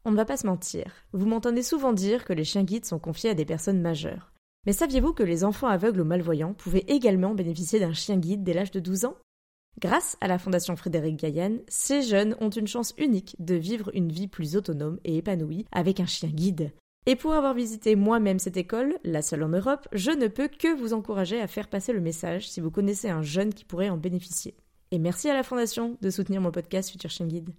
On ne va pas se mentir, vous m'entendez souvent dire que les chiens guides sont confiés à des personnes majeures. Mais saviez-vous que les enfants aveugles ou malvoyants pouvaient également bénéficier d'un chien guide dès l'âge de 12 ans ? Grâce à la Fondation Frédéric Gaillan, ces jeunes ont une chance unique de vivre une vie plus autonome et épanouie avec un chien guide. Et pour avoir visité moi-même cette école, la seule en Europe, je ne peux que vous encourager à faire passer le message si vous connaissez un jeune qui pourrait en bénéficier. Et merci à la Fondation de soutenir mon podcast Futur Chien Guide.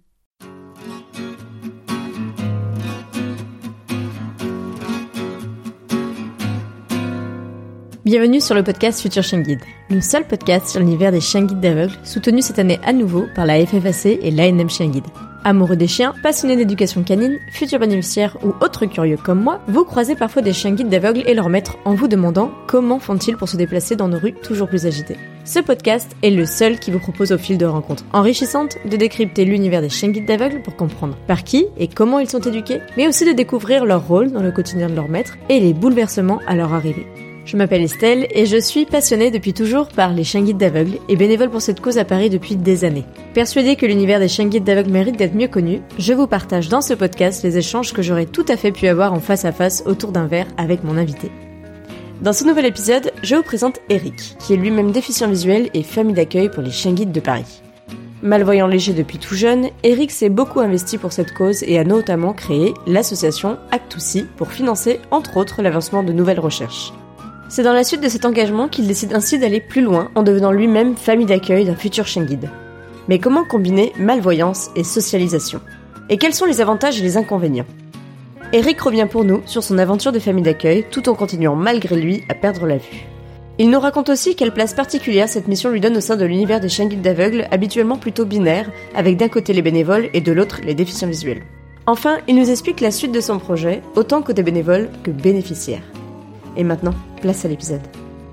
Bienvenue sur le podcast Futur Chien Guide, le seul podcast sur l'univers des chiens guides d'aveugles, soutenu cette année à nouveau par la FFAC et l'ANM Chien Guide. Amoureux des chiens, passionnés d'éducation canine, futurs bénéficiaires ou autres curieux comme moi, vous croisez parfois des chiens guides d'aveugles et leurs maîtres en vous demandant comment font-ils pour se déplacer dans nos rues toujours plus agitées. Ce podcast est le seul qui vous propose au fil de rencontres enrichissantes de décrypter l'univers des chiens guides d'aveugles pour comprendre par qui et comment ils sont éduqués, mais aussi de découvrir leur rôle dans le quotidien de leur maître et les bouleversements à leur arrivée. Je m'appelle Estelle et je suis passionnée depuis toujours par les chiens guides d'aveugles et bénévole pour cette cause à Paris depuis des années. Persuadée que l'univers des chiens guides d'aveugles mérite d'être mieux connu, je vous partage dans ce podcast les échanges que j'aurais tout à fait pu avoir en face à face autour d'un verre avec mon invité. Dans ce nouvel épisode, je vous présente Eric, qui est lui-même déficient visuel et famille d'accueil pour les chiens guides de Paris. Malvoyant léger depuis tout jeune, Eric s'est beaucoup investi pour cette cause et a notamment créé l'association Act2See pour financer entre autres l'avancement de nouvelles recherches. C'est dans la suite de cet engagement qu'il décide ainsi d'aller plus loin en devenant lui-même famille d'accueil d'un futur chien guide. Mais comment combiner malvoyance et socialisation ? Et quels sont les avantages et les inconvénients ? Eric revient pour nous sur son aventure de famille d'accueil tout en continuant malgré lui à perdre la vue. Il nous raconte aussi quelle place particulière cette mission lui donne au sein de l'univers des chiens guides d'aveugles habituellement plutôt binaire, avec d'un côté les bénévoles et de l'autre les déficients visuels. Enfin, il nous explique la suite de son projet, autant côté bénévole que bénéficiaire. Et maintenant, place à l'épisode.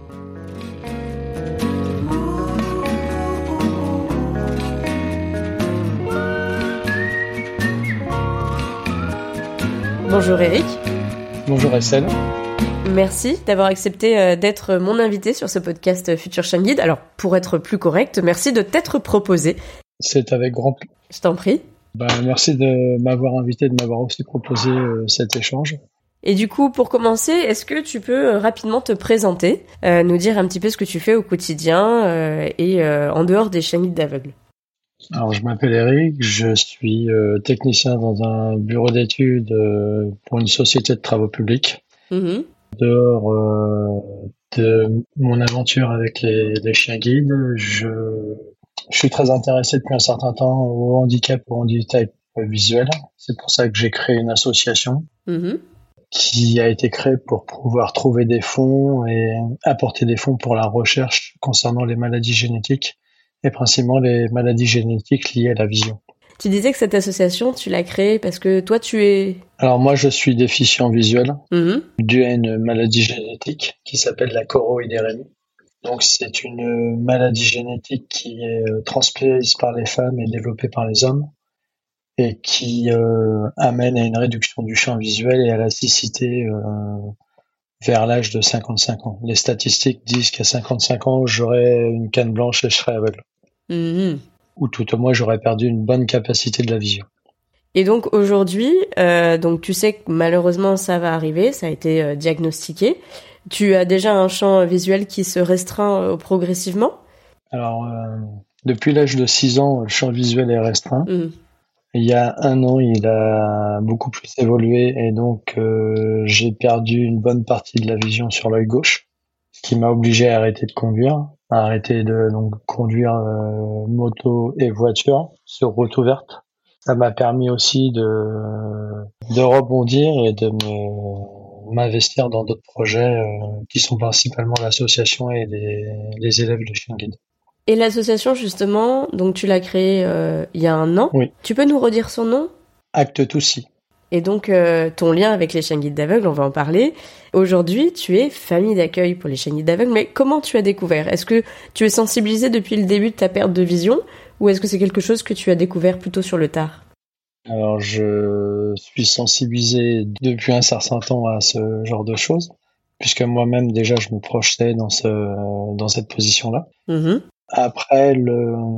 Bonjour Eric. Bonjour Estelle. Merci d'avoir accepté d'être mon invité sur ce podcast Futur Chien Guide. Alors, pour être plus correct, merci de t'être proposé. C'est avec grand plaisir. Je t'en prie. Merci de m'avoir invité, de m'avoir aussi proposé cet échange. Et du coup, pour commencer, est-ce que tu peux rapidement te présenter, nous dire un petit peu ce que tu fais au quotidien et en dehors des chiens guides d'aveugles ? Alors, je m'appelle Eric, je suis technicien dans un bureau d'études pour une société de travaux publics. Mmh. Dehors de mon aventure avec les chiens guides, je suis très intéressé depuis un certain temps au handicap visuel. C'est pour ça que j'ai créé une association. Mmh. Qui a été créé pour pouvoir trouver des fonds et apporter des fonds pour la recherche concernant les maladies génétiques et principalement les maladies génétiques liées à la vision. Tu disais que cette association, tu l'as créée parce que toi, tu es... Alors moi, je suis déficient visuel dû à une maladie génétique qui s'appelle la choroïdérémie. Donc c'est une maladie génétique qui est transmise par les femmes et développée par les hommes, et qui amène à une réduction du champ visuel et à la cécité vers l'âge de 55 ans. Les statistiques disent qu'à 55 ans, j'aurai une canne blanche et je serai aveugle. Mmh. Ou tout au moins, j'aurais perdu une bonne capacité de la vision. Et donc aujourd'hui, donc tu sais que malheureusement ça va arriver, ça a été diagnostiqué. Tu as déjà un champ visuel qui se restreint progressivement ? Alors, depuis l'âge de 6 ans, le champ visuel est restreint. Mmh. Il y a 1 an, il a beaucoup plus évolué et donc j'ai perdu une bonne partie de la vision sur l'œil gauche, ce qui m'a obligé à arrêter de conduire, à arrêter de conduire moto et voiture sur route ouverte. Ça m'a permis aussi de rebondir et de m'investir dans d'autres projets qui sont principalement l'association et les élèves de chiens guides. Et l'association, justement, donc tu l'as créée il y a 1 an. Oui. Tu peux nous redire son nom ? Act2See. Et donc, ton lien avec les chiens guides d'aveugles, on va en parler. Aujourd'hui, tu es famille d'accueil pour les chiens guides d'aveugles, mais comment tu as découvert ? Est-ce que tu es sensibilisé depuis le début de ta perte de vision, ou est-ce que c'est quelque chose que tu as découvert plutôt sur le tard ? Alors, je suis sensibilisé depuis un certain temps à ce genre de choses, puisque moi-même, déjà, je me projetais dans cette position-là. Mmh. Après,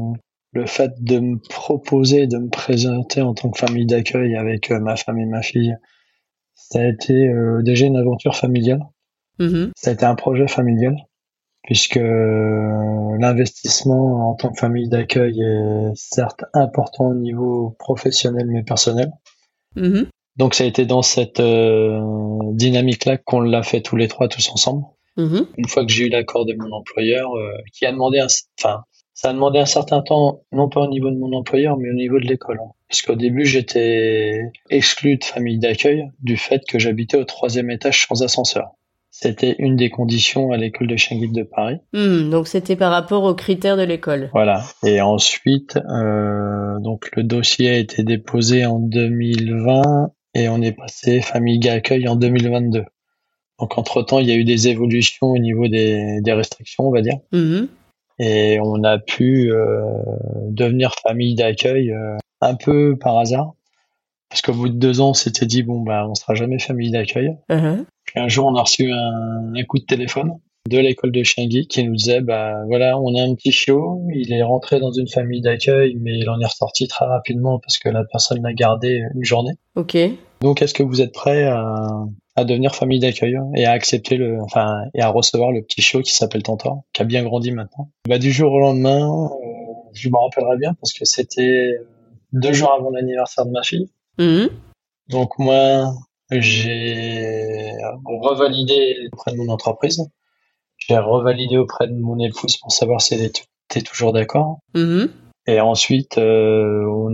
le fait de me proposer, de me présenter en tant que famille d'accueil avec ma femme et ma fille, ça a été déjà une aventure familiale. Ça a été un projet familial, puisque l'investissement en tant que famille d'accueil est certes important au niveau professionnel mais personnel. Donc ça a été dans cette dynamique-là qu'on l'a fait tous les trois, tous ensemble. Une fois que j'ai eu l'accord de mon employeur, qui a demandé ça a demandé un certain temps, non pas au niveau de mon employeur, mais au niveau de l'école. Parce qu'au début, j'étais exclu de famille d'accueil du fait que j'habitais au 3e étage sans ascenseur. C'était une des conditions à l'école de chien guide de Paris. Donc c'était par rapport aux critères de l'école. Voilà. Et ensuite, donc le dossier a été déposé en 2020 et on est passé famille d'accueil en 2022. Donc entre-temps, il y a eu des évolutions au niveau des restrictions, on va dire. Et on a pu devenir famille d'accueil un peu par hasard. Parce qu'au bout de 2 ans, on s'était dit, on sera jamais famille d'accueil. Puis un jour, on a reçu un coup de téléphone de l'école de chien guide qui nous disait, voilà, on a un petit chiot, il est rentré dans une famille d'accueil, mais il en est ressorti très rapidement parce que la personne l'a gardé une journée. Ok. Donc, est-ce que vous êtes prêts à devenir famille d'accueil et à accepter et à recevoir le petit chiot qui s'appelle Tantor, qui a bien grandi maintenant. Du jour au lendemain, je m'en rappellerai bien parce que c'était 2 jours avant l'anniversaire de ma fille. Donc moi, j'ai revalidé auprès de mon entreprise. J'ai revalidé auprès de mon épouse pour savoir si elle était toujours d'accord. Et ensuite, on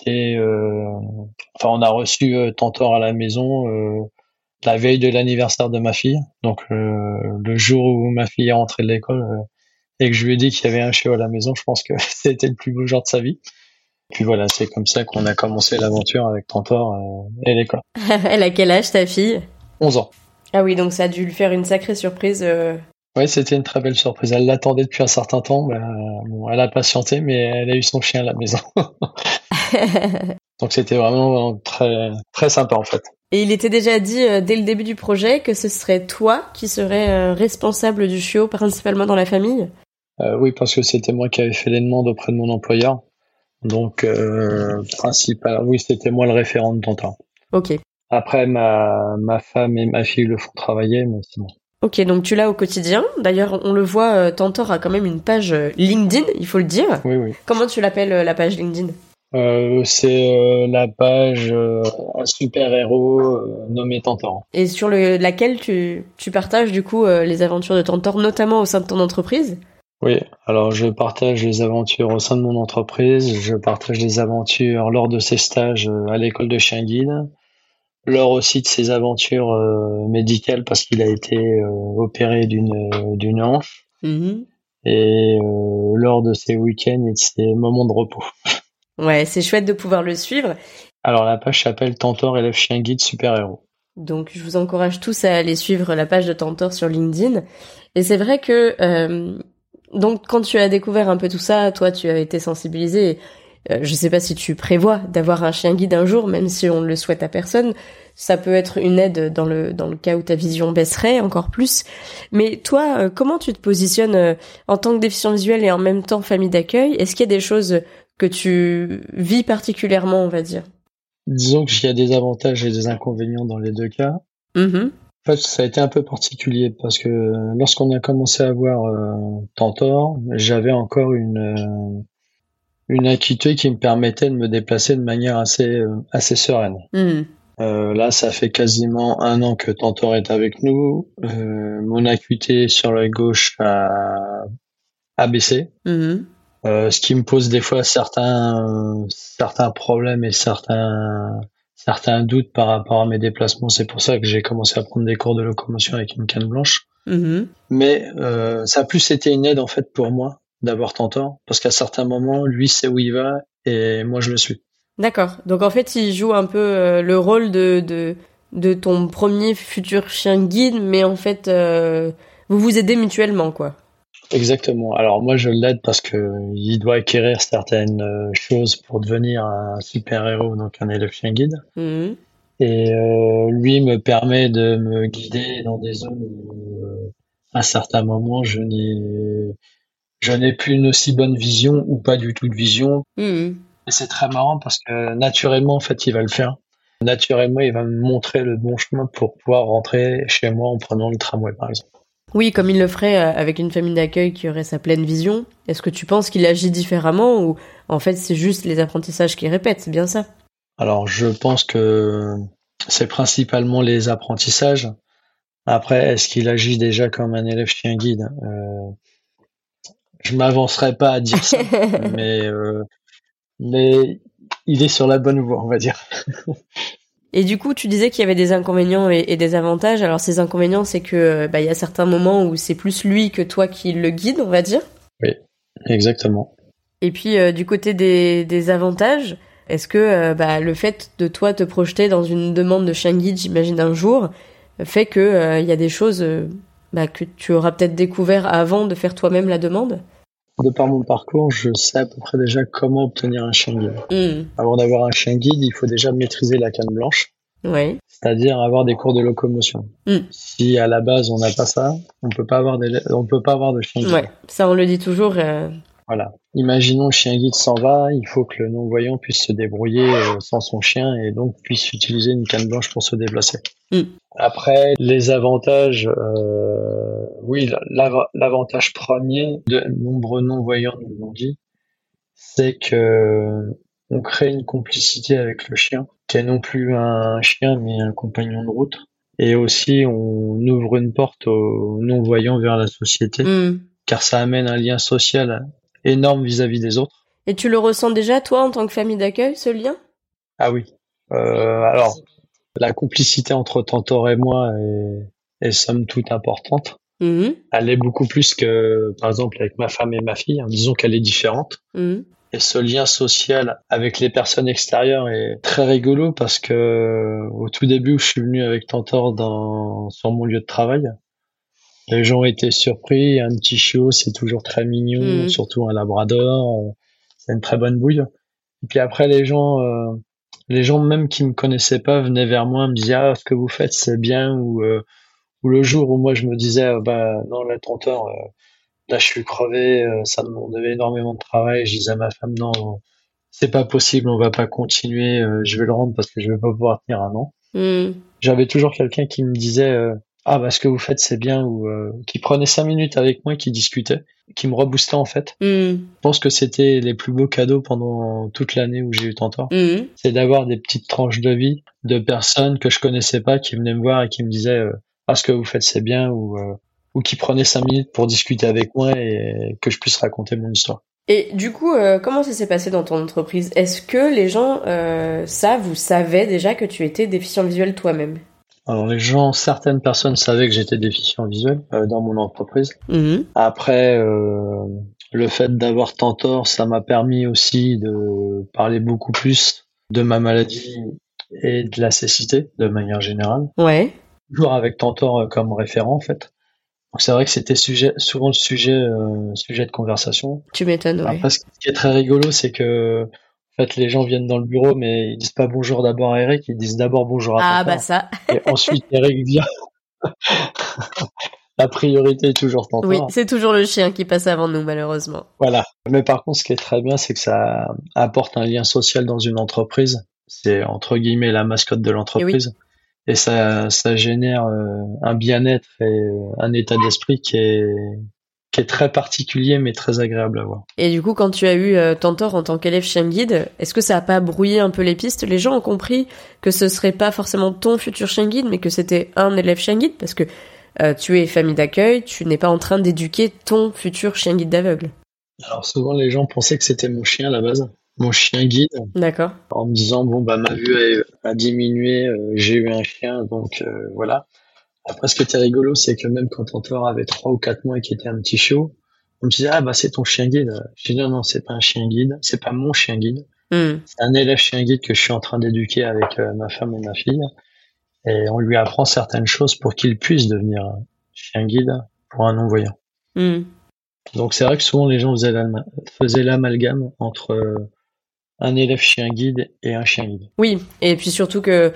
a reçu Tantor à la maison la veille de l'anniversaire de ma fille. Donc le jour où ma fille est rentrée de l'école et que je lui ai dit qu'il y avait un chiot à la maison, je pense que c'était le plus beau jour de sa vie. Puis voilà, c'est comme ça qu'on a commencé l'aventure avec Tantor et l'école. Elle a quel âge, ta fille? 11 ans. Ah oui, donc ça a dû lui faire une sacrée surprise. Oui, c'était une très belle surprise. Elle l'attendait depuis un certain temps. Elle a patienté, mais elle a eu son chien à la maison. Donc c'était vraiment très, très sympa en fait. Et il était déjà dit dès le début du projet que ce serait toi qui serais responsable du chiot, principalement dans la famille? Oui, parce que c'était moi qui avais fait les demandes auprès de mon employeur. Donc, oui, c'était moi le référent de Tantor. Ok. Après, ma femme et ma fille le font travailler, mais c'est bon. Ok, donc tu l'as au quotidien. D'ailleurs, on le voit, Tantor a quand même une page LinkedIn, il faut le dire. Oui. Comment tu l'appelles, la page LinkedIn? C'est la page un super-héros nommé Tantor. Et sur laquelle tu partages du coup les aventures de Tantor, notamment au sein de ton entreprise? Oui, alors je partage les aventures au sein de mon entreprise, je partage les aventures lors de ses stages à l'école de chien guide, lors aussi de ses aventures médicales parce qu'il a été opéré d'une hanche, et lors de ses week-ends et de ses moments de repos. Ouais, c'est chouette de pouvoir le suivre. Alors la page s'appelle Tantor élève chien guide super-héros. Donc je vous encourage tous à aller suivre la page de Tantor sur LinkedIn. Et c'est vrai que donc quand tu as découvert un peu tout ça, toi tu as été sensibilisé. Je sais pas si tu prévois d'avoir un chien guide un jour, même si on ne le souhaite à personne. Ça peut être une aide dans le cas où ta vision baisserait encore plus. Mais toi, comment tu te positionnes en tant que déficient visuel et en même temps famille d'accueil? Est-ce qu'il y a des choses que tu vis particulièrement, on va dire? Disons qu'il y a des avantages et des inconvénients dans les deux cas. En fait, ça a été un peu particulier parce que lorsqu'on a commencé à voir Tantor, j'avais encore une acuité qui me permettait de me déplacer de manière assez sereine. Là, ça fait quasiment 1 an que Tantor est avec nous. Mon acuité sur la gauche a baissé. Ce qui me pose des fois certains problèmes et certains doutes par rapport à mes déplacements. C'est pour ça que j'ai commencé à prendre des cours de locomotion avec une canne blanche. Mais ça a plus été une aide en fait pour moi d'avoir Tantor, parce qu'à certains moments, lui sait où il va et moi je le suis. D'accord. Donc en fait, il joue un peu le rôle de ton premier futur chien guide, mais en fait, vous vous aidez mutuellement, quoi. Exactement. Alors moi je l'aide parce que il doit acquérir certaines choses pour devenir un super-héros, donc un élève chien guide. Et lui me permet de me guider dans des zones où à certains moments je n'ai je n'ai plus une aussi bonne vision ou pas du tout de vision. Et c'est très marrant parce que naturellement, en fait, il va le faire. Naturellement, il va me montrer le bon chemin pour pouvoir rentrer chez moi en prenant le tramway, par exemple. Oui, comme il le ferait avec une famille d'accueil qui aurait sa pleine vision. Est-ce que tu penses qu'il agit différemment ou en fait c'est juste les apprentissages qu'il répète, c'est bien ça? Alors, je pense que c'est principalement les apprentissages. Après, est-ce qu'il agit déjà comme un élève chien guide? Je m'avancerai pas à dire ça, mais il est sur la bonne voie, on va dire. Et du coup, tu disais qu'il y avait des inconvénients et des avantages. Alors ces inconvénients, c'est que il y a certains moments où c'est plus lui que toi qui le guide, on va dire. Oui, exactement. Et puis du côté des avantages, est-ce que le fait de toi te projeter dans une demande de chien guide, j'imagine un jour, fait que il y a des choses que tu auras peut-être découvert avant de faire toi-même la demande? De par mon parcours, je sais à peu près déjà comment obtenir un chien guide. Avant d'avoir un chien guide, il faut déjà maîtriser la canne blanche. Ouais. C'est-à-dire avoir des cours de locomotion. Si à la base on n'a pas ça, on peut pas avoir de chien guide. Ouais, ça on le dit toujours. Voilà. Imaginons le chien guide s'en va, il faut que le non-voyant puisse se débrouiller sans son chien et donc puisse utiliser une canne blanche pour se déplacer. Après, les avantages, oui, l'avantage premier de nombreux non-voyants nous l'ont dit, c'est que on crée une complicité avec le chien, qui est non plus un chien mais un compagnon de route. Et aussi, on ouvre une porte aux non-voyants vers la société, car ça amène un lien social énorme vis-à-vis des autres. Et tu le ressens déjà, toi, en tant que famille d'accueil, ce lien? Ah oui. Alors, la complicité entre Tantor et moi est somme toute importante. Elle est beaucoup plus que, par exemple, avec ma femme et ma fille. Disons qu'elle est différente. Et ce lien social avec les personnes extérieures est très rigolo parce que au tout début où je suis venu avec Tantor sur mon lieu de travail, les gens étaient surpris. Un petit chiot, c'est toujours très mignon, surtout un labrador. C'est une très bonne bouille. Et puis après, les gens même qui me connaissaient pas venaient vers moi, me disaient ah ce que vous faites c'est bien ou le jour où moi je me disais non là Tantor là je suis crevé, ça me demandait énormément de travail, je disais à ma femme non c'est pas possible, on va pas continuer, je vais le rendre parce que je vais pas pouvoir tenir un an. J'avais toujours quelqu'un qui me disait ce que vous faites c'est bien ou qui prenait 5 minutes avec moi, qui discutait, qui me reboostait en fait. Je pense que c'était les plus beaux cadeaux pendant toute l'année où j'ai eu Tantor. C'est d'avoir des petites tranches de vie de personnes que je connaissais pas qui venaient me voir et qui me disaient ce que vous faites c'est bien ou qui prenaient 5 minutes pour discuter avec moi et que je puisse raconter mon histoire. Et du coup, comment ça s'est passé dans ton entreprise? Est-ce que les gens savent ou savaient déjà que tu étais déficient visuel toi-même? Alors certaines personnes savaient que j'étais déficient visuel dans mon entreprise. Après, le fait d'avoir Tantor, ça m'a permis aussi de parler beaucoup plus de ma maladie et de la cécité de manière générale. Ouais. Toujours avec Tantor comme référent en fait. Donc c'est vrai que c'était souvent le sujet de conversation. Tu m'étonnes, ouais. Après, ce qui est très rigolo, c'est que en fait, les gens viennent dans le bureau, mais ils disent pas bonjour d'abord à Eric, ils disent d'abord bonjour à Tantor. Ah bah ça. Et ensuite Eric vient. La priorité est toujours Tantor. Oui, c'est toujours le chien qui passe avant nous, malheureusement. Voilà. Mais par contre, ce qui est très bien, c'est que ça apporte un lien social dans une entreprise. C'est entre guillemets la mascotte de l'entreprise. Et ça génère un bien-être et un état d'esprit qui est très particulier mais très agréable à voir. Et du coup, quand tu as eu Tantor en tant qu'élève chien guide, est-ce que ça a pas brouillé un peu les pistes? Les gens ont compris que ce serait pas forcément ton futur chien guide, mais que c'était un élève chien guide, parce que tu es famille d'accueil, tu n'es pas en train d'éduquer ton futur chien guide d'aveugle. Alors souvent les gens pensaient que c'était mon chien à la base, mon chien guide. D'accord. En me disant ma vue a diminué, j'ai eu un chien donc voilà. Après, ce qui était rigolo, c'est que même quand Tantor avait 3 ou 4 mois et qu'il était un petit chiot, on me disait c'est ton chien guide. Je dis non, c'est pas un chien guide, c'est pas mon chien guide. C'est un élève chien guide que je suis en train d'éduquer avec ma femme et ma fille. Et on lui apprend certaines choses pour qu'il puisse devenir un chien guide pour un non-voyant. Donc c'est vrai que souvent les gens faisaient l'amalgame entre un élève chien guide et un chien guide. Oui, et puis surtout que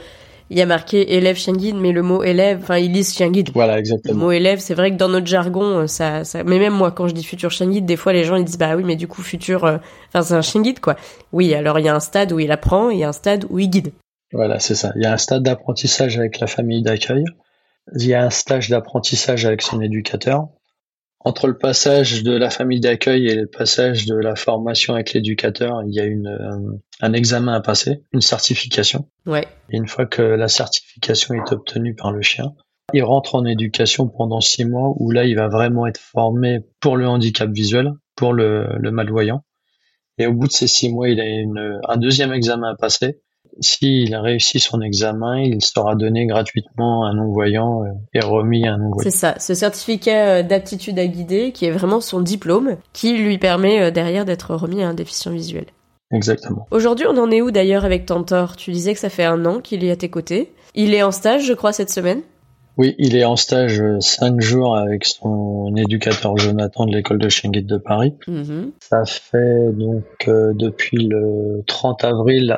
il y a marqué élève chien guide, mais le mot élève, enfin, ils lisent chien guide. Voilà, exactement. Le mot élève, c'est vrai que dans notre jargon, ça, mais même moi, quand je dis futur chien guide, des fois, les gens, ils disent, bah oui, mais du coup, futur, enfin, c'est un chien guide, quoi. Oui, alors, il y a un stade où il apprend, et il y a un stade où il guide. Voilà, c'est ça. Il y a un stade d'apprentissage avec la famille d'accueil. Il y a un stage d'apprentissage avec son éducateur. Entre le passage de la famille d'accueil et le passage de la formation avec l'éducateur, il y a un examen à passer, une certification. Ouais. Et une fois que la certification est obtenue par le chien, il rentre en éducation pendant 6 mois où là, il va vraiment être formé pour le handicap visuel, pour le malvoyant. Et au bout de ces 6 mois, il a un deuxième examen à passer. S'il a réussi son examen, il sera donné gratuitement à un non-voyant et remis à un non-voyant. C'est ça, ce certificat d'aptitude à guider, qui est vraiment son diplôme, qui lui permet derrière d'être remis à un déficient visuel. Exactement. Aujourd'hui, on en est où d'ailleurs avec Tantor ? Tu disais que ça fait 1 an qu'il est à tes côtés. Il est en stage, je crois, cette semaine ? Oui, il est en stage 5 jours avec son éducateur Jonathan de l'école de chien guide de Paris. Mm-hmm. Ça fait donc depuis le 30 avril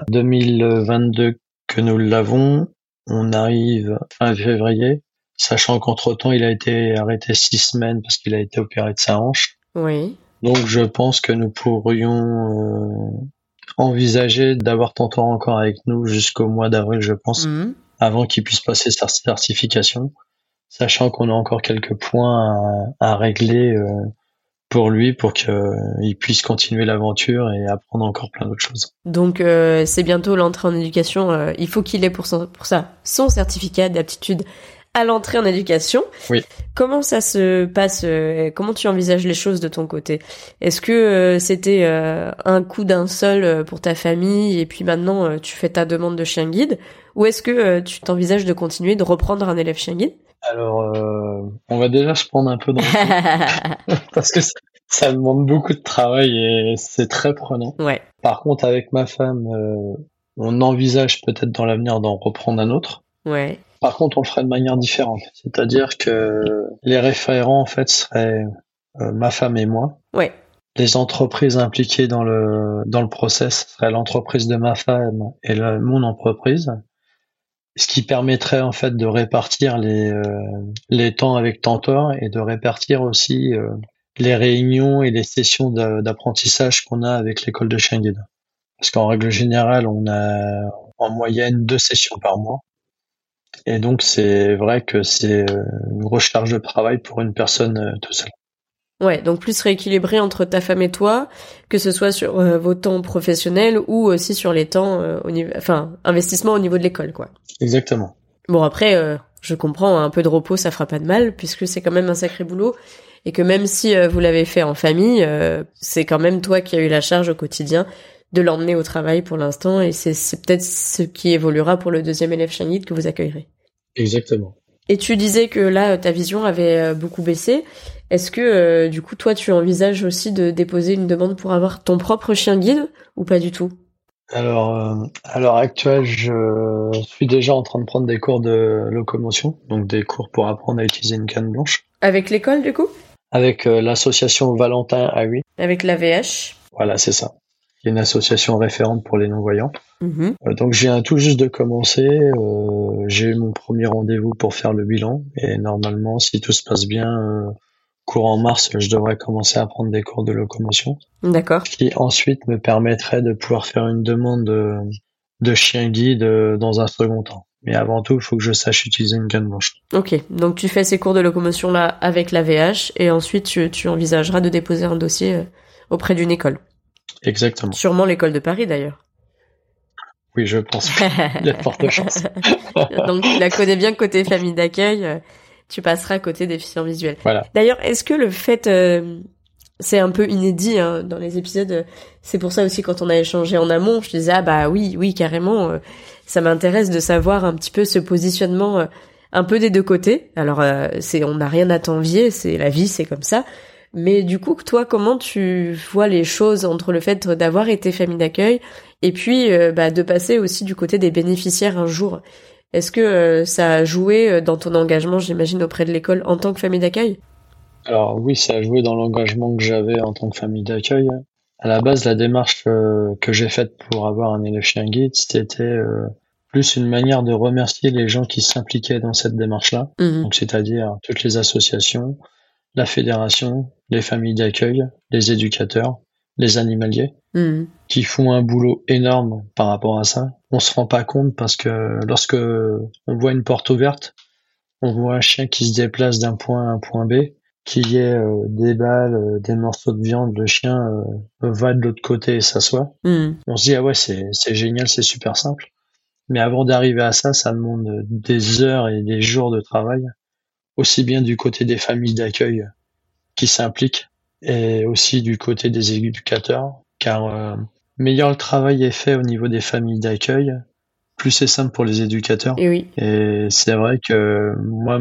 2022 que nous l'avons. On arrive fin février, sachant qu'entre-temps, il a été arrêté 6 semaines parce qu'il a été opéré de sa hanche. Oui. Donc je pense que nous pourrions envisager d'avoir Tantor encore avec nous jusqu'au mois d'avril, je pense. Mm-hmm. Avant qu'il puisse passer sa certification, sachant qu'on a encore quelques points à régler pour lui, pour qu'il puisse continuer l'aventure et apprendre encore plein d'autres choses. Donc c'est bientôt l'entrée en éducation, il faut qu'il ait pour ça son certificat d'aptitude à l'entrée en éducation. Oui. Comment ça se passe comment tu envisages les choses de ton côté ? Est-ce que c'était un coup d'un seul pour ta famille et puis maintenant tu fais ta demande de chien guide ? Ou est-ce que tu t'envisages de continuer de reprendre un élève chien guide ? Alors, on va déjà se prendre un peu dans le parce que ça demande beaucoup de travail et c'est très prenant. Ouais. Par contre, avec ma femme, on envisage peut-être dans l'avenir d'en reprendre un autre. Ouais. Par contre, on le ferait de manière différente. C'est-à-dire que les référents, en fait, seraient ma femme et moi. Ouais. Les entreprises impliquées dans le process seraient l'entreprise de ma femme et mon entreprise. Ce qui permettrait, en fait, de répartir les temps avec Tantor et de répartir aussi les réunions et les sessions d'apprentissage qu'on a avec l'école de chien guide. Parce qu'en règle générale, on a en moyenne 2 sessions par mois. Et donc, c'est vrai que c'est une grosse charge de travail pour une personne tout seul. Ouais, donc plus rééquilibré entre ta femme et toi, que ce soit sur vos temps professionnels ou aussi sur les temps investissement au niveau de l'école, quoi. Exactement. Bon, après, je comprends, un peu de repos, ça fera pas de mal, puisque c'est quand même un sacré boulot, et que même si vous l'avez fait en famille, c'est quand même toi qui as eu la charge au quotidien de l'emmener au travail pour l'instant, et c'est peut-être ce qui évoluera pour le deuxième élève chien guide que vous accueillerez. Exactement. Et tu disais que là, ta vision avait beaucoup baissé. Est-ce que, du coup, toi, tu envisages aussi de déposer une demande pour avoir ton propre chien guide ou pas du tout ? Alors, à l'heure actuelle, je suis déjà en train de prendre des cours de locomotion, donc des cours pour apprendre à utiliser une canne blanche. Avec l'école, du coup ? Avec l'association Valentin A8. Avec l'AVH ? Voilà, c'est ça. Il y a une association référente pour les non-voyants. Mm-hmm. Donc, je viens tout juste de commencer. J'ai eu mon premier rendez-vous pour faire le bilan. Et normalement, si tout se passe bien, courant mars, je devrais commencer à prendre des cours de locomotion. D'accord. Qui ensuite me permettrait de pouvoir faire une demande de chien guide dans un second temps. Mais avant tout, il faut que je sache utiliser une canne blanche. Ok, donc tu fais ces cours de locomotion là avec l'AVH et ensuite tu envisageras de déposer un dossier auprès d'une école. Exactement. Sûrement l'école de Paris d'ailleurs. Oui, je pense. Il y a de fortes chances. Donc tu la connais bien côté famille d'accueil, tu passeras côté déficient visuel. Voilà. D'ailleurs, est-ce que le fait... c'est un peu inédit dans les épisodes. C'est pour ça aussi quand on a échangé en amont, je disais ah bah oui carrément. Ça m'intéresse de savoir un petit peu ce positionnement un peu des deux côtés. Alors on n'a rien à t'envier, c'est la vie, c'est comme ça. Mais du coup, toi, comment tu vois les choses entre le fait d'avoir été famille d'accueil et puis de passer aussi du côté des bénéficiaires un jour ? Est-ce que ça a joué dans ton engagement, j'imagine, auprès de l'école en tant que famille d'accueil ? Alors oui, ça a joué dans l'engagement que j'avais en tant que famille d'accueil. À la base, la démarche que j'ai faite pour avoir un élève chien guide, c'était plus une manière de remercier les gens qui s'impliquaient dans cette démarche-là. Donc, c'est-à-dire toutes les associations, la fédération, les familles d'accueil, les éducateurs, les animaliers, qui font un boulot énorme par rapport à ça. On se rend pas compte parce que lorsque on voit une porte ouverte, on voit un chien qui se déplace d'un point à un point B, qu'il y ait des balles, des morceaux de viande, le chien va de l'autre côté et s'assoit. On se dit ah ouais, c'est génial, c'est super simple. Mais avant d'arriver à ça, ça demande des heures et des jours de travail, aussi bien du côté des familles d'accueil qui s'impliquent et aussi du côté des éducateurs, car meilleur le travail est fait au niveau des familles d'accueil, plus c'est simple pour les éducateurs. Et oui. Et c'est vrai que moi,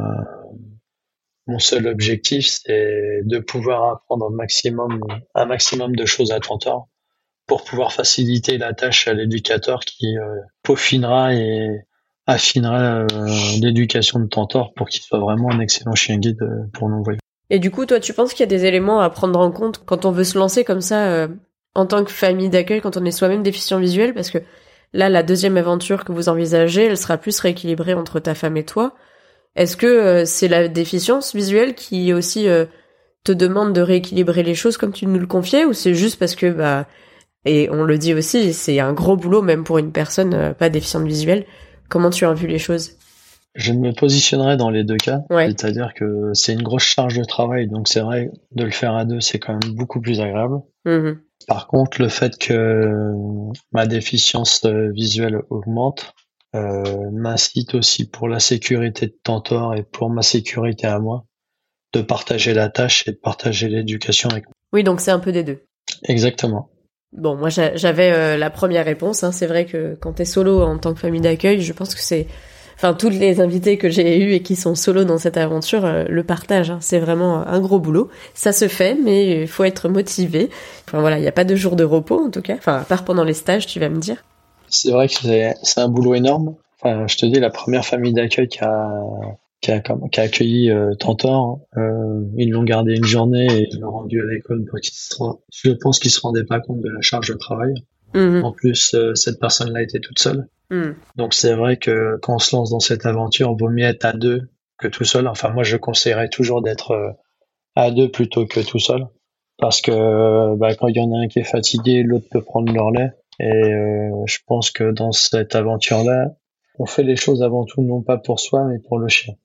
mon seul objectif, c'est de pouvoir apprendre un maximum de choses à Tantor pour pouvoir faciliter la tâche à l'éducateur qui peaufinera et affinera l'éducation de Tantor pour qu'il soit vraiment un excellent chien guide pour nos voyous. Et du coup, toi, tu penses qu'il y a des éléments à prendre en compte quand on veut se lancer comme ça en tant que famille d'accueil, quand on est soi-même déficient visuel? Parce que là, la deuxième aventure que vous envisagez, elle sera plus rééquilibrée entre ta femme et toi. Est-ce que c'est la déficience visuelle qui aussi te demande de rééquilibrer les choses comme tu nous le confiais, ou c'est juste parce que, et on le dit aussi, c'est un gros boulot même pour une personne pas déficiente visuelle. Comment tu as vu les choses? Je me positionnerai dans les deux cas, ouais. C'est-à-dire que c'est une grosse charge de travail, donc c'est vrai, de le faire à deux, c'est quand même beaucoup plus agréable. Par contre, le fait que ma déficience visuelle augmente m'incite aussi pour la sécurité de Tantor et pour ma sécurité à moi, de partager la tâche et de partager l'éducation avec moi. Oui, donc c'est un peu des deux. Exactement. Bon, moi j'avais la première réponse, hein. C'est vrai que quand t'es solo en tant que famille d'accueil, je pense que c'est... Enfin, toutes les invités que j'ai eus et qui sont solo dans cette aventure le partagent. Hein. C'est vraiment un gros boulot. Ça se fait, mais il faut être motivé. Enfin voilà, il n'y a pas de jour de repos en tout cas. Enfin, à part pendant les stages, tu vas me dire. C'est vrai que c'est un boulot énorme. Enfin, je te dis, la première famille d'accueil qui a accueilli Tantor, ils l'ont gardé une journée et ils l'ont rendu à l'école pour je pense qu'ils se rendaient pas compte de la charge de travail. En plus, cette personne-là était toute seule. Donc c'est vrai que quand on se lance dans cette aventure, il vaut mieux être à deux que tout seul. Enfin, moi, je conseillerais toujours d'être à deux plutôt que tout seul. Parce que quand il y en a un qui est fatigué, l'autre peut prendre le relais. Et je pense que dans cette aventure-là, on fait les choses avant tout, non pas pour soi, mais pour le chien.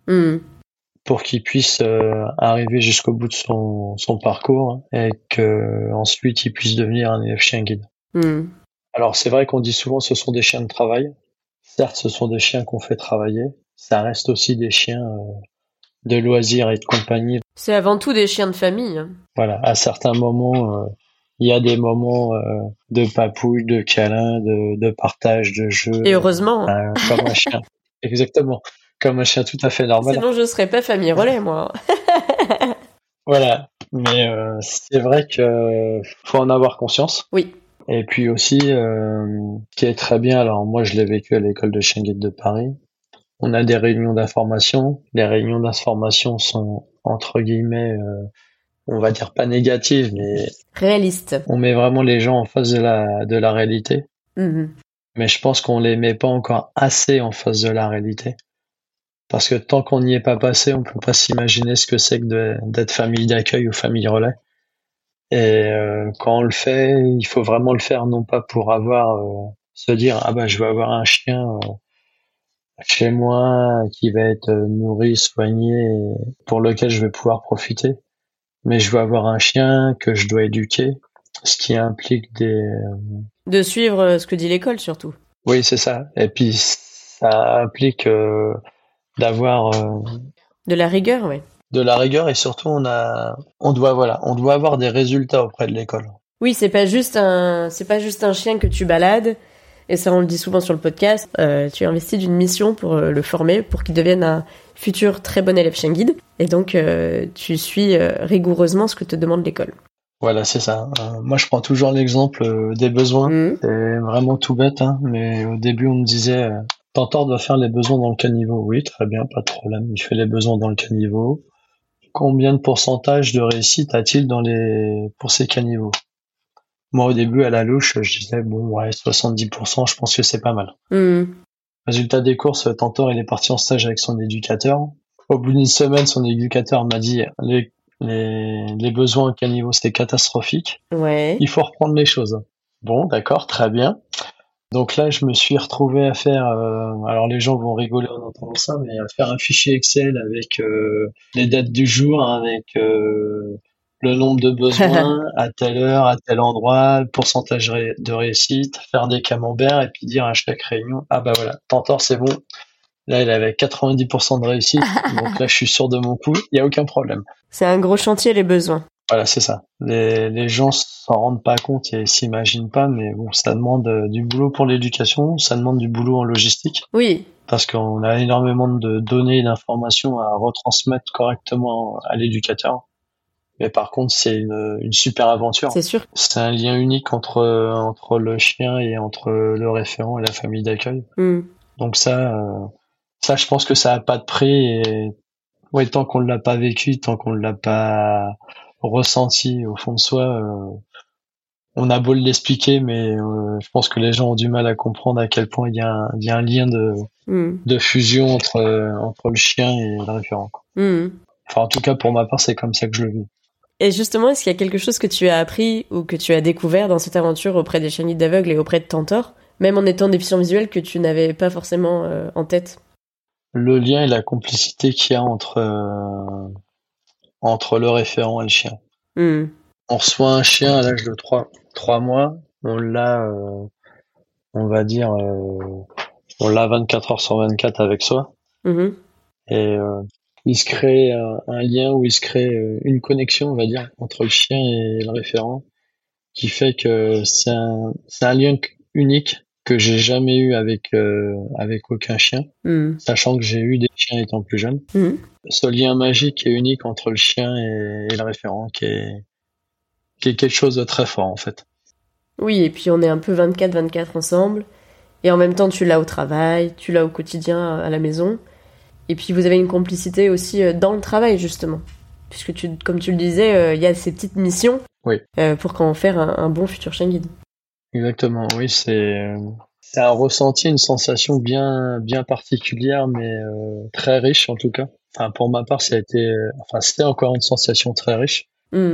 Pour qu'il puisse arriver jusqu'au bout de son parcours et que ensuite il puisse devenir un élève chien guide. Alors c'est vrai qu'on dit souvent que ce sont des chiens de travail. Certes, ce sont des chiens qu'on fait travailler. Ça reste aussi des chiens de loisirs et de compagnie. C'est avant tout des chiens de famille. Hein. Voilà, à certains moments, il y a des moments de papouille, de câlin, de partage, de jeu. Et heureusement. Comme un chien. Exactement. Comme un chien tout à fait normal. Sinon, je serais pas famille relais, moi. Voilà. Mais c'est vrai que faut en avoir conscience. Oui. Et puis aussi, ce qui est très bien, alors moi je l'ai vécu à l'école de chien guide de Paris, on a des réunions d'information. Les réunions d'information sont, entre guillemets, on va dire pas négatives, mais... réalistes. On met vraiment les gens en face de la réalité. Mais je pense qu'on les met pas encore assez en face de la réalité. Parce que tant qu'on n'y est pas passé, on peut pas s'imaginer ce que c'est que d'être famille d'accueil ou famille relais. Et quand on le fait, il faut vraiment le faire, non pas pour se dire je vais avoir un chien chez moi qui va être nourri, soigné, pour lequel je vais pouvoir profiter, mais je veux avoir un chien que je dois éduquer, ce qui implique de suivre ce que dit l'école surtout. Oui, c'est ça. Et puis ça implique d'avoir de la rigueur, ouais. De la rigueur, et surtout on doit avoir des résultats auprès de l'école. Oui, c'est pas juste un chien que tu balades, et ça on le dit souvent sur le podcast. Tu investis d'une mission pour le former, pour qu'il devienne un futur très bon élève chien guide, et donc tu suis rigoureusement ce que te demande l'école. Voilà, c'est ça. Moi, je prends toujours l'exemple des besoins. C'est vraiment tout bête, hein, mais au début, on me disait Tantor doit faire les besoins dans le caniveau. Oui, très bien, pas de problème. Il fait les besoins dans le caniveau. Combien de pourcentage de réussite a-t-il pour ces caniveaux? Moi, au début, à la louche, je disais, bon, ouais, 70%, je pense que c'est pas mal. Résultat des courses, Tantor, il est parti en stage avec son éducateur. Au bout d'une semaine, son éducateur m'a dit, les besoins au caniveau, c'est catastrophique. Ouais. Il faut reprendre les choses. Bon, d'accord, très bien. Donc là, je me suis retrouvé à faire, alors les gens vont rigoler en entendant ça, mais à faire un fichier Excel avec les dates du jour, avec le nombre de besoins à telle heure, à tel endroit, le pourcentage de réussite, faire des camemberts et puis dire à chaque réunion, ah bah voilà, Tantor, c'est bon. Là, il avait 90% de réussite, donc là, je suis sûr de mon coup, il n'y a aucun problème. C'est un gros chantier, les besoins. Voilà, c'est ça. Les gens s'en rendent pas compte et s'imaginent pas, mais bon, ça demande du boulot pour l'éducation, ça demande du boulot en logistique. Oui. Parce qu'on a énormément de données et d'informations à retransmettre correctement à l'éducateur. Mais par contre, c'est une super aventure. C'est sûr. C'est un lien unique entre le chien et entre le référent et la famille d'accueil. Donc ça, je pense que ça a pas de prix et ouais, tant qu'on l'a pas vécu, tant qu'on l'a pas ressenti au fond de soi, on a beau l'expliquer, mais je pense que les gens ont du mal à comprendre à quel point il y a un lien de fusion entre le chien et le référent. Enfin, en tout cas, pour ma part, c'est comme ça que je le vis. Et justement, est-ce qu'il y a quelque chose que tu as appris ou que tu as découvert dans cette aventure auprès des chiens guides d'aveugles et auprès de Tantor, même en étant déficient visuel, que tu n'avais pas forcément en tête? Le lien et la complicité qu'il y a entre le référent et le chien. On reçoit un chien à l'âge de 3 mois, on l'a, on va dire, on l'a 24 heures sur 24 avec soi. Et il se crée un lien où il se crée une connexion, on va dire, entre le chien et le référent, qui fait que c'est un lien unique que j'ai jamais eu avec aucun chien, sachant que j'ai eu des chiens étant plus jeune. Ce lien magique et unique entre le chien et le référent qui est quelque chose de très fort en fait. Oui, et puis on est un peu 24/24 ensemble, et en même temps tu l'as au travail, tu l'as au quotidien à la maison, et puis vous avez une complicité aussi dans le travail justement, puisque comme tu le disais, il y a ces petites missions pour qu'en faire un bon futur chien guide. Exactement, oui, c'est un ressenti, une sensation bien particulière, mais très riche en tout cas. Enfin, pour ma part, c'était encore une sensation très riche.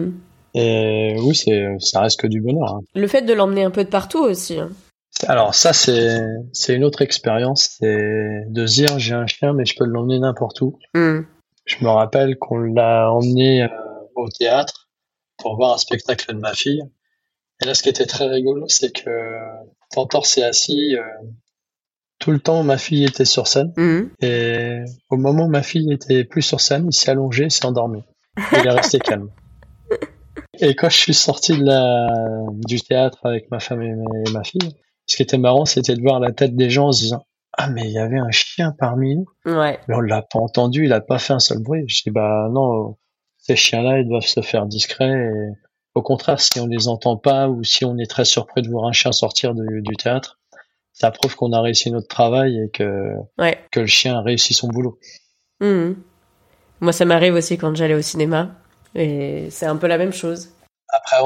Et oui, ça reste que du bonheur. Hein. Le fait de l'emmener un peu de partout aussi. Hein. Alors ça, c'est une autre expérience, c'est de se dire j'ai un chien, mais je peux l'emmener n'importe où. Je me rappelle qu'on l'a emmené au théâtre pour voir un spectacle de ma fille. Et là, ce qui était très rigolo, c'est que Tantor s'est assis. Tout le temps, ma fille était sur scène. Et au moment où ma fille était plus sur scène, il s'est allongé, il s'est endormi. Il est resté calme. Et quand je suis sorti du théâtre avec ma femme et ma fille, ce qui était marrant, c'était de voir la tête des gens en se disant « Ah, mais il y avait un chien parmi nous. » Ouais. Mais on l'a pas entendu, il a pas fait un seul bruit. Je dis « Bah non, ces chiens-là, ils doivent se faire discrets. Et au contraire, si on les entend pas ou si on est très surpris de voir un chien sortir du théâtre, ça prouve qu'on a réussi notre travail et que le chien a réussi son boulot. » Moi, ça m'arrive aussi quand j'allais au cinéma. Et c'est un peu la même chose. Après,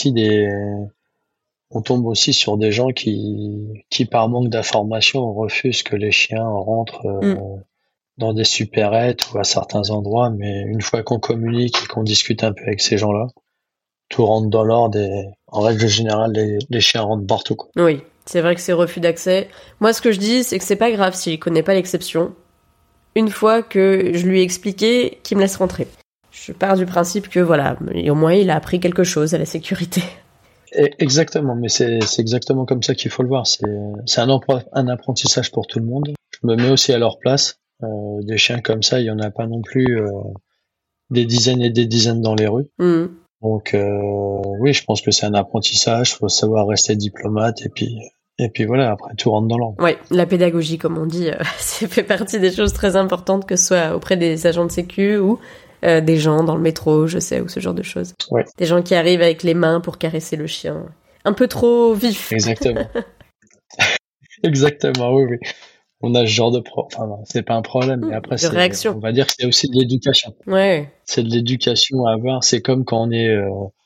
on tombe aussi sur des gens qui par manque d'information, refusent que les chiens rentrent dans des supérettes ou à certains endroits. Mais une fois qu'on communique et qu'on discute un peu avec ces gens-là, tout rentre dans l'ordre et en règle générale, les chiens rentrent partout. Quoi. Oui, c'est vrai que c'est refus d'accès. Moi, ce que je dis, c'est que c'est pas grave s'il connaît pas l'exception. Une fois que je lui ai expliqué, qu'il me laisse rentrer. Je pars du principe que voilà, au moins il a appris quelque chose à la sécurité. Exactement, mais c'est exactement comme ça qu'il faut le voir. C'est un apprentissage pour tout le monde. Je me mets aussi à leur place. Des chiens comme ça, il y en a pas non plus des dizaines et des dizaines dans les rues. Donc oui, je pense que c'est un apprentissage. Faut savoir rester diplomate et puis voilà. Après, tout rentre dans l'ordre. Oui, la pédagogie, comme on dit, ça fait partie des choses très importantes, que ce soit auprès des agents de sécu ou des gens dans le métro, je sais, ou ce genre de choses. Ouais. Des gens qui arrivent avec les mains pour caresser le chien. Un peu trop vif. Exactement. Exactement, oui. On a ce genre de c'est pas un problème, mais après, réaction. On va dire que c'est aussi de l'éducation. Ouais. C'est de l'éducation à avoir. C'est comme quand on est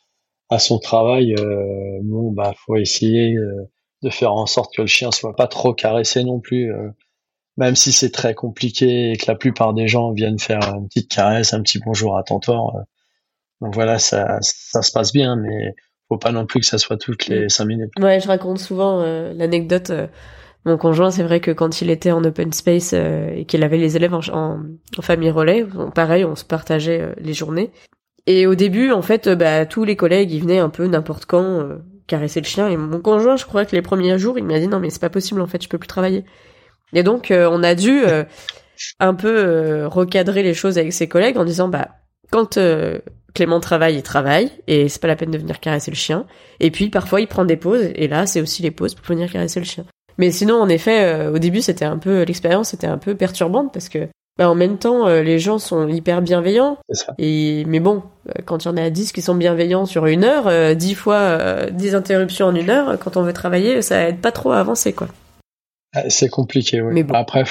à son travail, faut essayer de faire en sorte que le chien soit pas trop caressé non plus, même si c'est très compliqué et que la plupart des gens viennent faire une petite caresse, un petit bonjour à Tantor. Donc voilà, ça se passe bien, mais faut pas non plus que ça soit toutes les 5 minutes. Ouais, je raconte souvent l'anecdote. Mon conjoint, c'est vrai que quand il était en open space et qu'il avait les élèves en famille relais, pareil, on se partageait les journées. Et au début, en fait, tous les collègues, ils venaient un peu n'importe quand caresser le chien. Et mon conjoint, je crois que les premiers jours, il m'a dit non mais c'est pas possible, en fait, je peux plus travailler. Et donc, on a dû un peu recadrer les choses avec ses collègues en disant quand Clément travaille, il travaille, et c'est pas la peine de venir caresser le chien. Et puis parfois il prend des pauses, et là c'est aussi les pauses pour venir caresser le chien. Mais sinon, en effet, au début c'était un peu l'expérience était un peu perturbante parce que en même temps les gens sont hyper bienveillants. C'est ça. Mais bon, quand il y en a 10 qui sont bienveillants sur 1 heure, 10 fois 10 interruptions en 1 heure, quand on veut travailler, ça aide pas trop à avancer quoi. C'est compliqué, oui. Mais bon. Après,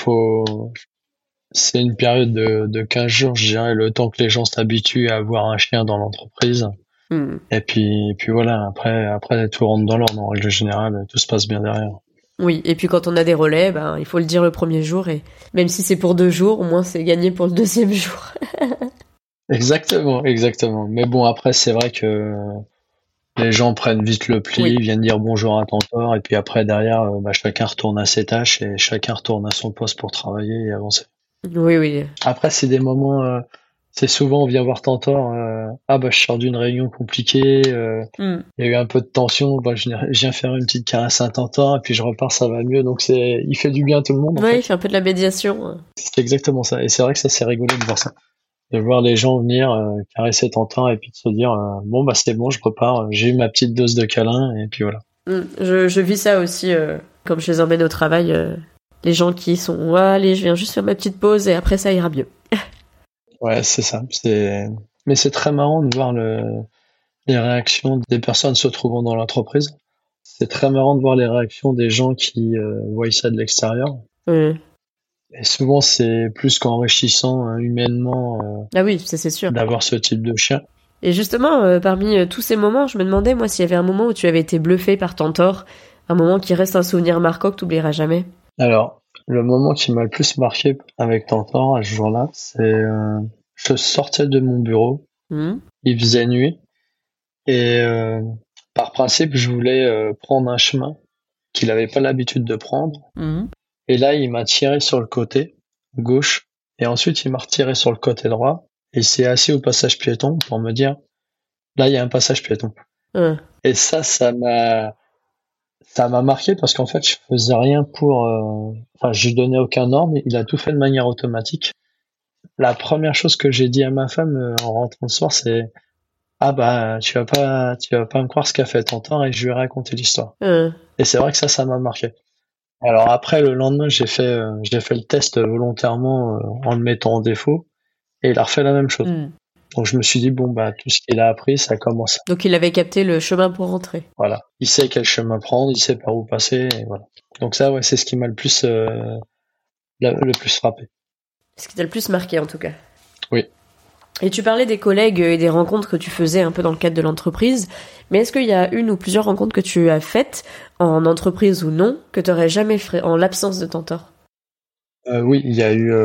c'est une période de 15 jours, je dirais, le temps que les gens s'habituent à avoir un chien dans l'entreprise. Et puis voilà, après, tout rentre dans l'ordre. En règle générale, tout se passe bien derrière. Oui, et puis quand on a des relais, il faut le dire le premier jour, et même si c'est pour 2 jours, au moins c'est gagné pour le 2e jour. Exactement. Mais bon, après, c'est vrai que les gens prennent vite le pli, viennent dire bonjour à Tantor, et puis après, derrière, chacun retourne à ses tâches et chacun retourne à son poste pour travailler et avancer. Oui. Après, c'est des moments, c'est souvent on vient voir Tantor, je sors d'une réunion compliquée, il y a eu un peu de tension, je viens faire une petite caresse à Tantor, et puis je repars, ça va mieux, donc il fait du bien à tout le monde. Oui, il fait un peu de la médiation. C'est exactement ça, et c'est vrai que ça c'est rigolo de voir ça. De voir les gens venir caresser Tantor et puis de se dire c'est bon, je repars, j'ai eu ma petite dose de câlin et puis voilà. Je vis ça aussi comme je les emmène au travail, les gens qui sont allez, je viens juste faire ma petite pause et après ça ira mieux. Ouais, c'est ça. Mais c'est très marrant de voir les réactions des personnes se trouvant dans l'entreprise. C'est très marrant de voir les réactions des gens qui voient ça de l'extérieur. Et souvent, c'est plus qu'enrichissant humainement. Ah oui, ça c'est sûr. D'avoir ce type de chien. Et justement, parmi tous ces moments, je me demandais, moi, s'il y avait un moment où tu avais été bluffé par Tantor, un moment qui reste un souvenir marquant que tu oublieras jamais. Alors, le moment qui m'a le plus marqué avec Tantor à ce jour-là, c'est je sortais de mon bureau, il faisait nuit, et par principe, je voulais prendre un chemin qu'il n'avait pas l'habitude de prendre. Et là, il m'a tiré sur le côté gauche, et ensuite il m'a retiré sur le côté droit, et il s'est assis au passage piéton pour me dire, là, il y a un passage piéton. Et ça m'a marqué parce qu'en fait, je faisais rien je donnais aucun ordre, il a tout fait de manière automatique. La première chose que j'ai dit à ma femme en rentrant le soir, c'est tu vas pas me croire ce qu'a fait Tantor, et je lui ai raconté l'histoire. Et c'est vrai que ça m'a marqué. Alors après, le lendemain, j'ai fait le test volontairement en le mettant en défaut, et il a refait la même chose. Donc je me suis dit tout ce qu'il a appris, ça commence. Donc il avait capté le chemin pour rentrer. Voilà, il sait quel chemin prendre, il sait par où passer, et voilà. Donc ça, c'est ce qui m'a le plus frappé. Ce qui t'a le plus marqué en tout cas. Oui. Et tu parlais des collègues et des rencontres que tu faisais un peu dans le cadre de l'entreprise, mais est-ce qu'il y a une ou plusieurs rencontres que tu as faites, en entreprise ou non, que tu n'aurais jamais fait en l'absence de Tantor? Oui, il y a eu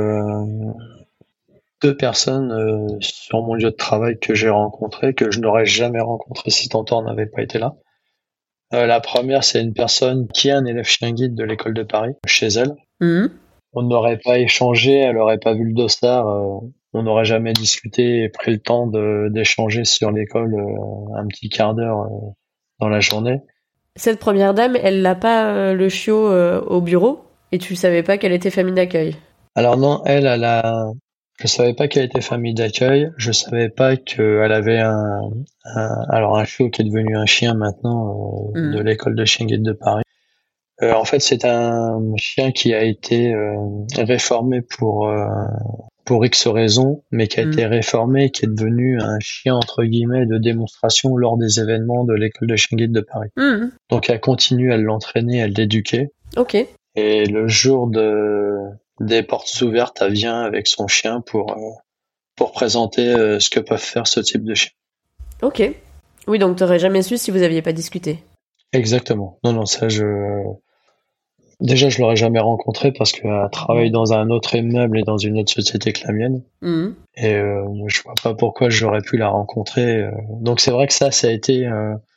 2 personnes sur mon lieu de travail que j'ai rencontrées, que je n'aurais jamais rencontrées si Tantor n'avait pas été là. La première, c'est une personne qui est un élève chien guide de l'école de Paris, chez elle. On n'aurait pas échangé, elle n'aurait pas vu le dossard, on n'aurait jamais discuté et pris le temps d'échanger sur l'école un petit quart d'heure dans la journée. Cette première dame, elle n'a pas le chiot au bureau, et tu savais pas qu'elle était famille d'accueil? Alors non, je savais pas qu'elle était famille d'accueil, je savais pas qu'elle avait un chiot qui est devenu un chien maintenant de l'école de chien guide de Paris. En fait, c'est un chien qui a été réformé pour X raisons, mais qui a été réformé et qui est devenu un chien entre guillemets de démonstration lors des événements de l'école de chien guide de Paris. Donc elle continue à l'entraîner, à l'éduquer. Ok. Et le jour des portes ouvertes, elle vient avec son chien pour présenter ce que peuvent faire ce type de chien. Ok. Oui, donc t'aurais jamais su si vous aviez pas discuté. Exactement. Non, ça, déjà, je l'aurais jamais rencontrée parce qu'elle travaille dans un autre immeuble et dans une autre société que la mienne. Et je vois pas pourquoi j'aurais pu la rencontrer. Donc c'est vrai que ça a été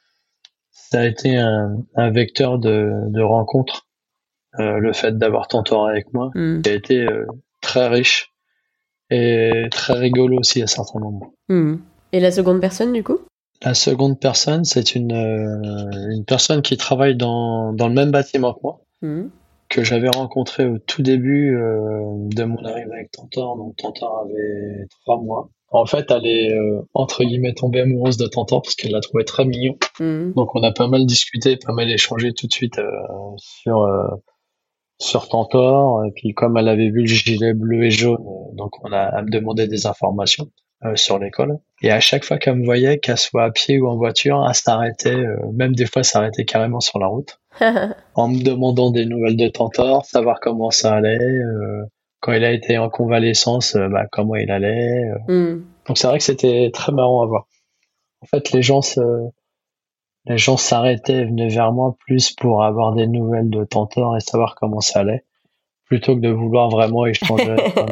un vecteur de rencontre. Le fait d'avoir Tantor avec moi, qui a été très riche et très rigolo aussi à certains moments. Et la seconde personne, du coup? La seconde personne, c'est une personne qui travaille dans le même bâtiment que moi, que j'avais rencontré au tout début de mon arrivée avec Tantor. Donc Tantor avait 3 mois. En fait, elle est entre guillemets tombée amoureuse de Tantor parce qu'elle l'a trouvé très mignon. Donc on a pas mal discuté, pas mal échangé tout de suite sur Tantor. Et puis comme elle avait vu le gilet bleu et jaune, donc elle me demandait des informations sur l'école. Et à chaque fois qu'elle me voyait, qu'elle soit à pied ou en voiture, elle s'arrêtait, même des fois s'arrêtait carrément sur la route, en me demandant des nouvelles de Tantor, savoir comment ça allait, quand il a été en convalescence, comment il allait. Donc c'est vrai que c'était très marrant à voir. En fait, les gens s'arrêtaient et venaient vers moi plus pour avoir des nouvelles de Tantor et savoir comment ça allait, plutôt que de vouloir vraiment échanger.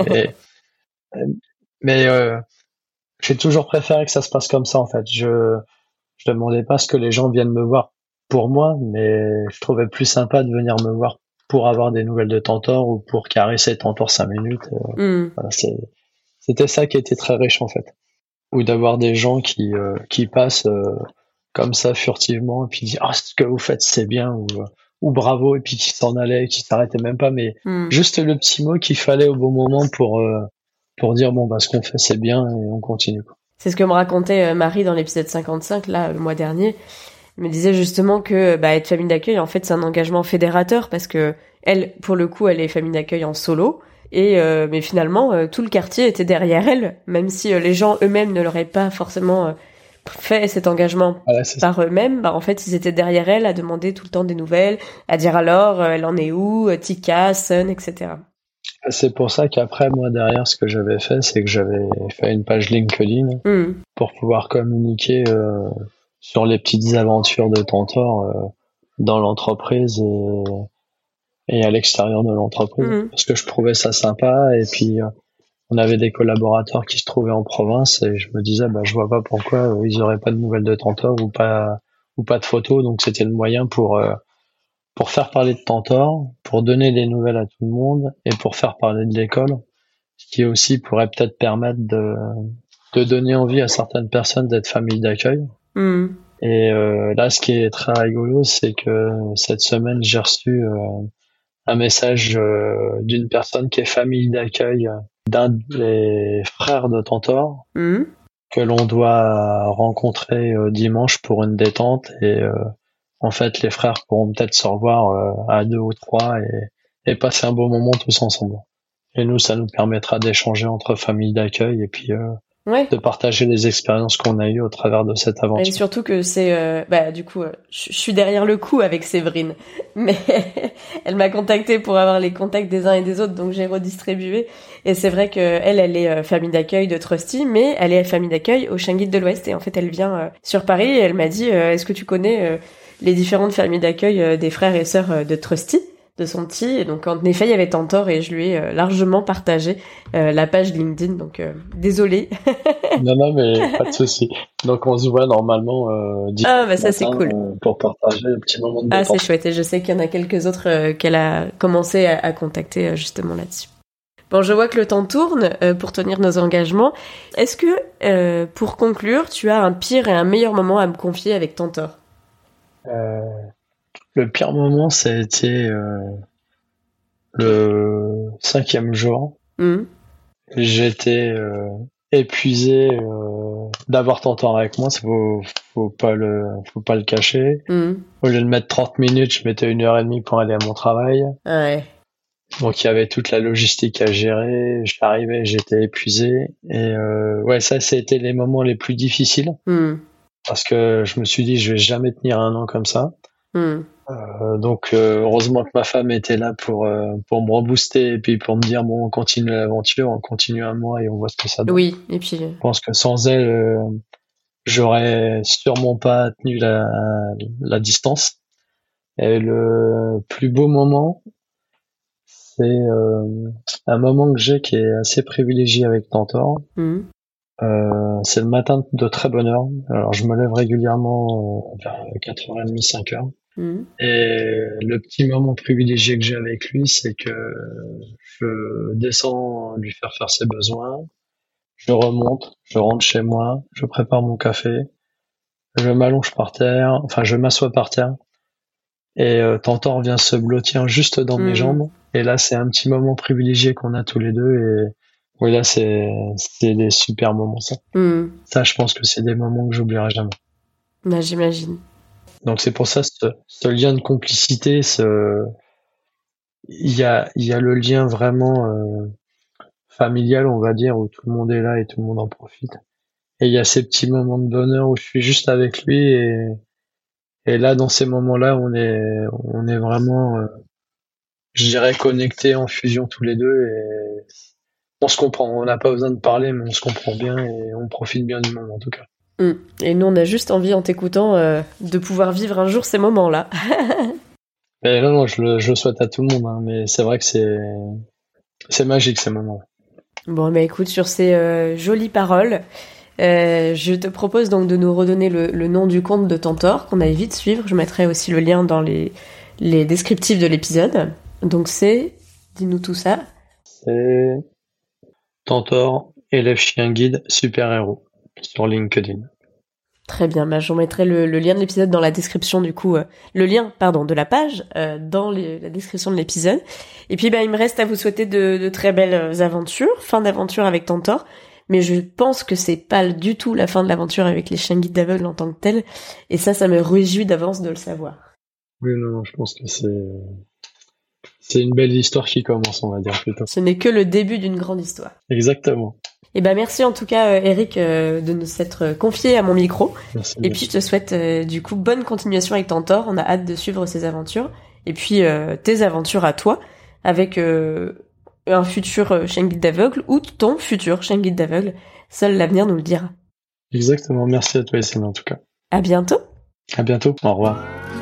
Mais j'ai toujours préféré que ça se passe comme ça, en fait. Je demandais pas ce que les gens viennent me voir pour moi, mais je trouvais plus sympa de venir me voir pour avoir des nouvelles de Tantor ou pour caresser Tantor 5 minutes. Voilà, c'était ça qui était très riche, en fait. Ou d'avoir des gens qui passent comme ça furtivement et puis disent ce que vous faites c'est bien ou bravo et puis qui s'en allaient, qui s'arrêtaient même pas, mais juste le petit mot qu'il fallait au bon moment pour dire ce qu'on fait c'est bien et on continue, quoi. C'est ce que me racontait Marie dans l'épisode 55 là le mois dernier. Elle me disait justement que être famille d'accueil en fait c'est un engagement fédérateur parce que elle pour le coup elle est famille d'accueil en solo et mais finalement tout le quartier était derrière elle même si les gens eux-mêmes ne l'auraient pas forcément fait cet engagement par eux-mêmes, en fait, ils étaient derrière elle à demander tout le temps des nouvelles, à dire alors, elle en est où, Tika, Sun, etc. C'est pour ça qu'après, moi, derrière, ce que j'avais fait, c'est que j'avais fait une page LinkedIn pour pouvoir communiquer sur les petites aventures de Tantor dans l'entreprise et à l'extérieur de l'entreprise. Parce que je trouvais ça sympa et puis on avait des collaborateurs qui se trouvaient en province et je me disais je vois pas pourquoi ils auraient pas de nouvelles de Tantor ou pas de photos. Donc c'était le moyen pour faire parler de Tantor, pour donner des nouvelles à tout le monde et pour faire parler de l'école, ce qui aussi pourrait peut-être permettre de donner envie à certaines personnes d'être famille d'accueil. Et là ce qui est très rigolo, c'est que cette semaine j'ai reçu un message d'une personne qui est famille d'accueil d'un des frères de Tantor que l'on doit rencontrer dimanche pour une détente et en fait les frères pourront peut-être se revoir à 2 ou 3 et passer un beau moment tous ensemble. Et nous, ça nous permettra d'échanger entre familles d'accueil et puis de partager les expériences qu'on a eues au travers de cette aventure. Et surtout que c'est du coup je suis derrière le coup avec Séverine, mais elle m'a contactée pour avoir les contacts des uns et des autres, donc j'ai redistribué. Et c'est vrai que elle est famille d'accueil de Trusty, mais elle est famille d'accueil au Chien Guide de l'Ouest et en fait elle vient sur Paris et elle m'a dit est-ce que tu connais les différentes familles d'accueil des frères et sœurs de Trusty, de son petit. Et donc en effet il y avait Tantor et je lui ai largement partagé la page LinkedIn, donc désolée. Non mais pas de souci. Donc on se voit normalement ça c'est cool pour partager un petit moment de détente. C'est chouette et je sais qu'il y en a quelques autres qu'elle a commencé à contacter justement là-dessus. Bon, je vois que le temps tourne pour tenir nos engagements. Est-ce que pour conclure, tu as un pire et un meilleur moment à me confier avec Tantor? Le pire moment, ça a été le 5e jour. J'étais épuisé d'avoir Tantor avec moi. Faut pas le cacher. Au lieu de mettre 30 minutes, je mettais 1h30 pour aller à mon travail. Ouais. Donc il y avait toute la logistique à gérer. J'arrivais, j'étais épuisé. Et ça a été les moments les plus difficiles. Parce que je me suis dit, je vais jamais tenir un an comme ça. Donc heureusement que ma femme était là pour me rebooster et puis pour me dire on continue l'aventure, on continue un mois et on voit ce que ça donne. Oui, et puis je pense que sans elle j'aurais sûrement pas tenu la distance. Et le plus beau moment, c'est un moment que j'ai qui est assez privilégié avec Tantor. C'est le matin de très bonne heure. Alors je me lève régulièrement vers 4h30, 5h. Et le petit moment privilégié que j'ai avec lui, c'est que je descends lui faire ses besoins, je remonte, je rentre chez moi, je prépare mon café, je m'allonge par terre, enfin je m'assois par terre, et Tantor vient se blottir juste dans mes jambes. Et là, c'est un petit moment privilégié qu'on a tous les deux. Et oui, là, c'est des super moments, ça. Ça, je pense que c'est des moments que j'oublierai jamais. Bah, j'imagine. Donc c'est pour ça ce lien de complicité, il y a le lien vraiment familial, on va dire, où tout le monde est là et tout le monde en profite. Et il y a ces petits moments de bonheur où je suis juste avec lui et là, dans ces moments-là, on est vraiment, je dirais, connectés en fusion tous les deux et on se comprend. On n'a pas besoin de parler, mais on se comprend bien et on profite bien du moment, en tout cas. Et nous, on a juste envie, en t'écoutant, de pouvoir vivre un jour ces moments-là. Mais non, je le souhaite à tout le monde, hein, mais c'est vrai que c'est magique, ces moments. Bon, bah écoute, sur ces jolies paroles, je te propose donc de nous redonner le nom du compte de Tantor, qu'on a vite suivre. Je mettrai aussi le lien dans les descriptifs de l'épisode. Donc dis-nous tout ça. C'est Tantor, élève chien guide, super héros, sur LinkedIn. Très bien, bah je mettrai le lien de l'épisode dans la description du coup, le lien, pardon, de la page dans la description de l'épisode. Et puis bah il me reste à vous souhaiter de très belles aventures, fin d'aventure avec Tantor. Mais je pense que c'est pas du tout la fin de l'aventure avec les chiens guides d'aveugles en tant que tel. Et ça me réjouit d'avance de le savoir. Oui, non, je pense que c'est une belle histoire qui commence, on va dire plutôt. Ce n'est que le début d'une grande histoire. Exactement. Et ben merci en tout cas Eric de nous s'être confié à mon micro. Merci. Et puis je te souhaite du coup bonne continuation avec Tantor. On a hâte de suivre ses aventures. Et puis tes aventures à toi avec un futur chien guide d'aveugle ou ton futur chien guide d'aveugle. Seul l'avenir nous le dira. Exactement. Merci à toi, Essène, en tout cas. À bientôt. À bientôt. Au revoir.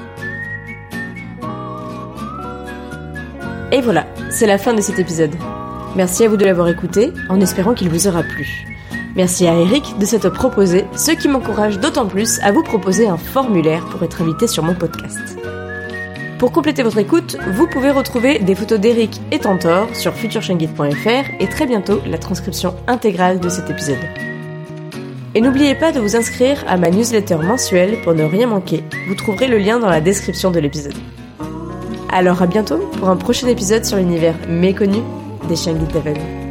Et voilà, c'est la fin de cet épisode. Merci à vous de l'avoir écouté, en espérant qu'il vous aura plu. Merci à Eric de s'être proposé, ce qui m'encourage d'autant plus à vous proposer un formulaire pour être invité sur mon podcast. Pour compléter votre écoute, vous pouvez retrouver des photos d'Eric et Tantor sur futurchienguide.fr et très bientôt la transcription intégrale de cet épisode. Et n'oubliez pas de vous inscrire à ma newsletter mensuelle pour ne rien manquer. Vous trouverez le lien dans la description de l'épisode. Alors à bientôt pour un prochain épisode sur l'univers méconnu des chiens guides d'aveugles.